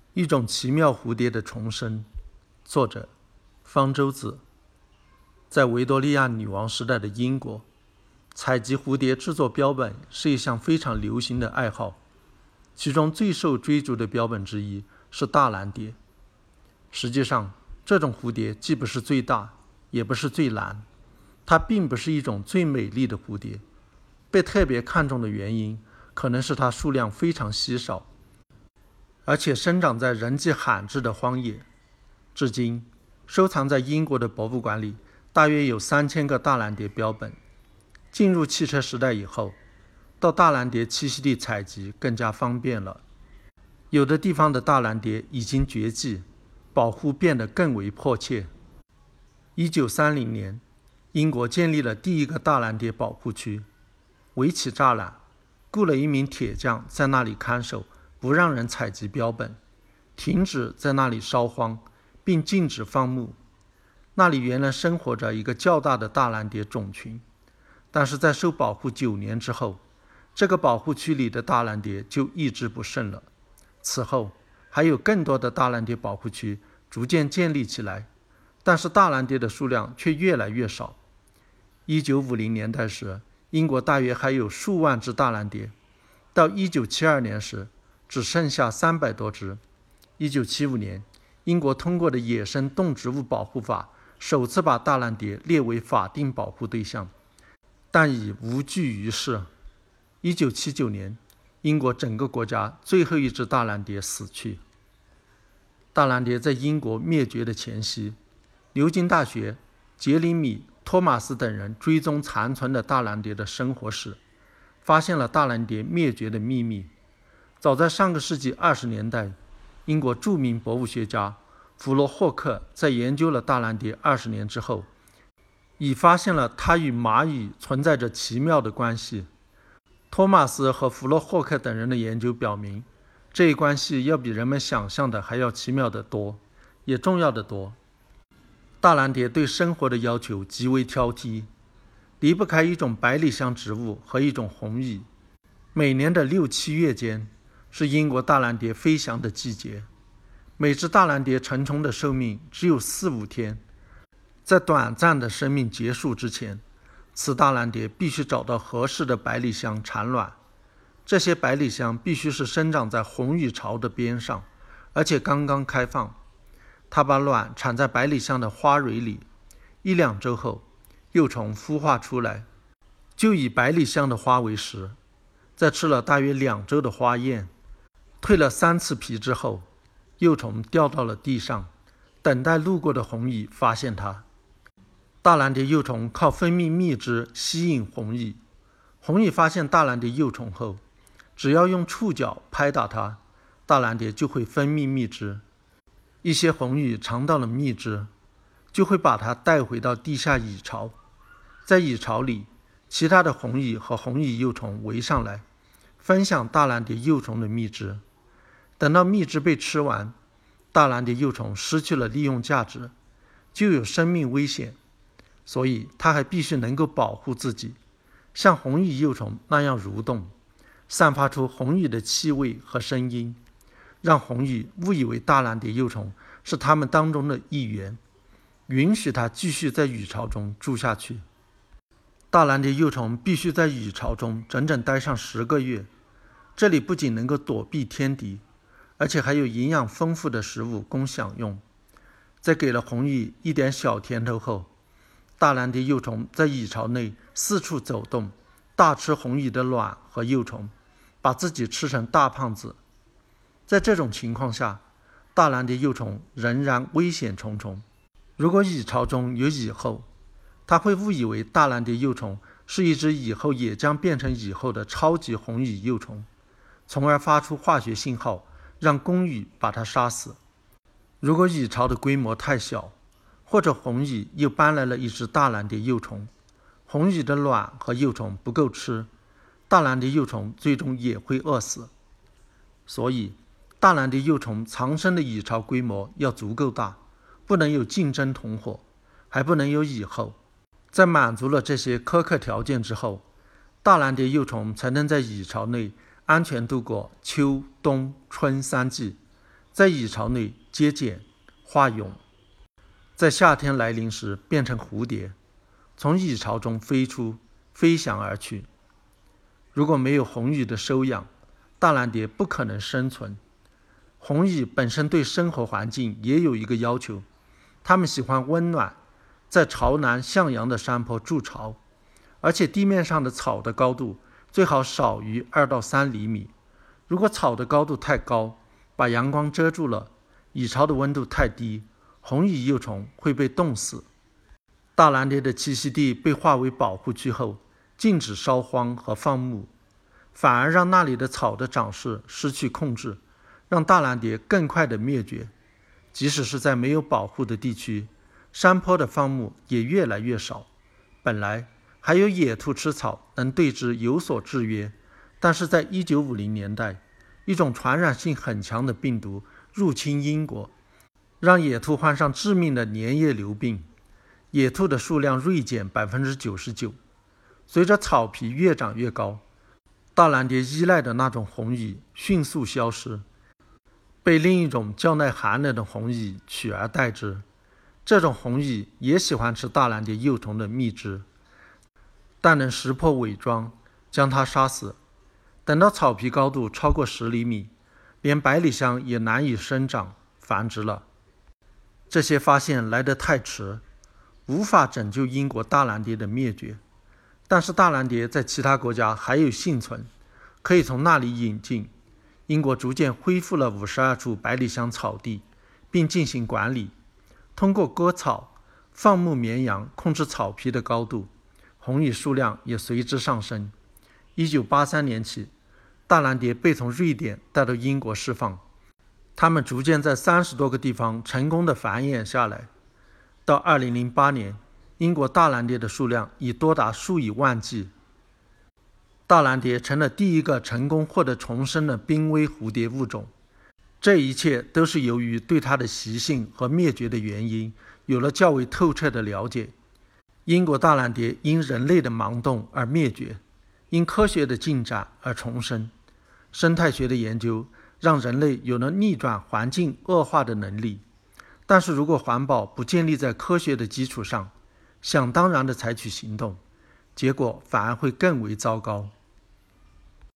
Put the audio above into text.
一种奇妙蝴蝶的重生，作者方舟子。在维多利亚女王时代的英国，采集蝴蝶制作标本是一项非常流行的爱好，其中最受追逐的标本之一是大蓝蝶。实际上，这种蝴蝶既不是最大，也不是最蓝，它并不是一种最美丽的蝴蝶。被特别看重的原因，可能是它数量非常稀少，而且生长在人迹罕至的荒野。至今，收藏在英国的博物馆里大约有3000个大蓝蝶标本。进入汽车时代以后，到大蓝蝶栖息地采集更加方便了。有的地方的大蓝蝶已经绝迹，保护变得更为迫切。1930年，英国建立了第一个大蓝蝶保护区，围起栅栏，雇了一名铁匠在那里看守，不让人采集标本，停止在那里烧荒，并禁止放牧。那里原来生活着一个较大的大蓝蝶种群，但是在受保护9年之后，这个保护区里的大蓝蝶就一蹶不振了。此后，还有更多的大蓝蝶保护区逐渐建立起来，但是大蓝蝶的数量却越来越少。1950年代时，英国大约还有数万只大蓝蝶，到1972年时，只剩下300多只。1975年，英国通过的野生动植物保护法首次把大蓝蝶列为法定保护对象，但已无济于事。1979年，英国整个国家最后一只大蓝蝶死去。大蓝蝶在英国灭绝的前夕，牛津大学杰里米·托马斯等人追踪残存的大蓝蝶的生活史，发现了大蓝蝶灭绝的秘密。早在上个世纪20年代，英国著名博物学家弗罗霍克在研究了大蓝蝶20年之后，已发现了它与蚂蚁存在着奇妙的关系。托马斯和弗罗霍克等人的研究表明，这一关系要比人们想象的还要奇妙得多，也重要得多。大蓝蝶对生活的要求极为挑剔，离不开一种百里香植物和一种红蚁。每年的6、7月间是英国大蓝蝶飞翔的季节，每只大蓝蝶成虫的寿命只有4、5天。在短暂的生命结束之前，此大蓝蝶必须找到合适的百里香产卵。这些百里香必须是生长在红蚁巢的边上，而且刚刚开放。它把卵产在百里香的花蕊里，1、2周后，幼虫孵化出来，就以百里香的花为食。在吃了大约2周的花燕，蜕了3次皮之后，幼虫掉到了地上，等待路过的红蚁发现它。大蓝蝶幼虫靠分泌蜜汁吸引红蚁，红蚁发现大蓝蝶幼虫后，只要用触角拍打它，大蓝蝶就会分泌蜜汁。一些红蚁尝到了蜜汁，就会把它带回到地下蚁巢。在蚁巢里，其他的红蚁和红蚁幼虫围上来，分享大蓝蝶幼虫的蜜汁。等到蜜汁被吃完，大蓝蝶幼虫失去了利用价值，就有生命危险，所以它还必须能够保护自己，像红蚁幼虫那样蠕动，散发出红蚁的气味和声音，让红蚁误以为大蓝蝶幼虫是它们当中的一员，允许它继续在蚁巢中住下去。大蓝蝶幼虫必须在蚁巢中整整待上10个月，这里不仅能够躲避天敌，而且还有营养丰富的食物供享用。在给了红蚁一点小甜头后，大蓝蝶幼虫在蚁巢内四处走动，大吃红蚁的卵和幼虫，把自己吃成大胖子。在这种情况下，大蓝蝶幼虫仍然危险重重。如果蚁巢中有蚁后，它会误以为大蓝蝶幼虫是一只以后也将变成蚁后的超级红蚁幼虫，从而发出化学信号，让公蚁把它杀死。如果蚁巢的规模太小，或者红蚁又搬来了一只大蓝蝶幼虫，红蚁的卵和幼虫不够吃，大蓝蝶幼虫最终也会饿死。所以大蓝蝶幼虫藏身的蚁巢规模要足够大，不能有竞争同伙，还不能有蚁后。在满足了这些苛刻条件之后，大蓝蝶幼虫才能在蚁巢内安全度过秋、冬、春3季。 在蚁巢内结茧化蛹，在夏天来临时变成蝴蝶，从蚁巢中飞出，飞翔而去。如果没有红蚁的收养，大蓝蝶不可能生存。红蚁本身对生活环境也有一个要求，它们喜欢温暖，在朝南向阳的山坡筑巢，而且地面上的草的高度最好少于2到3厘米。如果草的高度太高，把阳光遮住了，蚁巢的温度太低，红蚁幼虫会被冻死。大蓝蝶的栖息地被划为保护区后，禁止烧荒和放牧，反而让那里的草的长势失去控制，让大蓝蝶更快地灭绝。即使是在没有保护的地区，山坡的放牧也越来越少。本来还有野兔吃草能对之有所制约，但是在1950年代，一种传染性很强的病毒入侵英国，让野兔患上致命的粘液瘤病，野兔的数量锐减 99%。 随着草皮越长越高，大蓝蝶依赖的那种红蚁迅速消失，被另一种较耐寒冷的红蚁取而代之。这种红蚁也喜欢吃大蓝蝶幼虫的蜜汁，但能识破伪装，将它杀死。等到草皮高度超过10厘米，连百里香也难以生长繁殖了。这些发现来得太迟，无法拯救英国大蓝蝶的灭绝。但是大蓝蝶在其他国家还有幸存，可以从那里引进。英国逐渐恢复了52处百里香草地，并进行管理，通过割草、放牧绵羊控制草皮的高度，红蚁数量也随之上升。1983年起，大蓝蝶被从瑞典带到英国释放，它们逐渐在30多个地方成功地繁衍下来。到2008年，英国大蓝蝶的数量已多达数以万计。大蓝蝶成了第一个成功获得重生的濒危蝴蝶物种，这一切都是由于对它的习性和灭绝的原因有了较为透彻的了解。英国大蓝蝶因人类的盲动而灭绝，因科学的进展而重生。生态学的研究让人类有了逆转环境恶化的能力，但是如果环保不建立在科学的基础上，想当然地采取行动，结果反而会更为糟糕。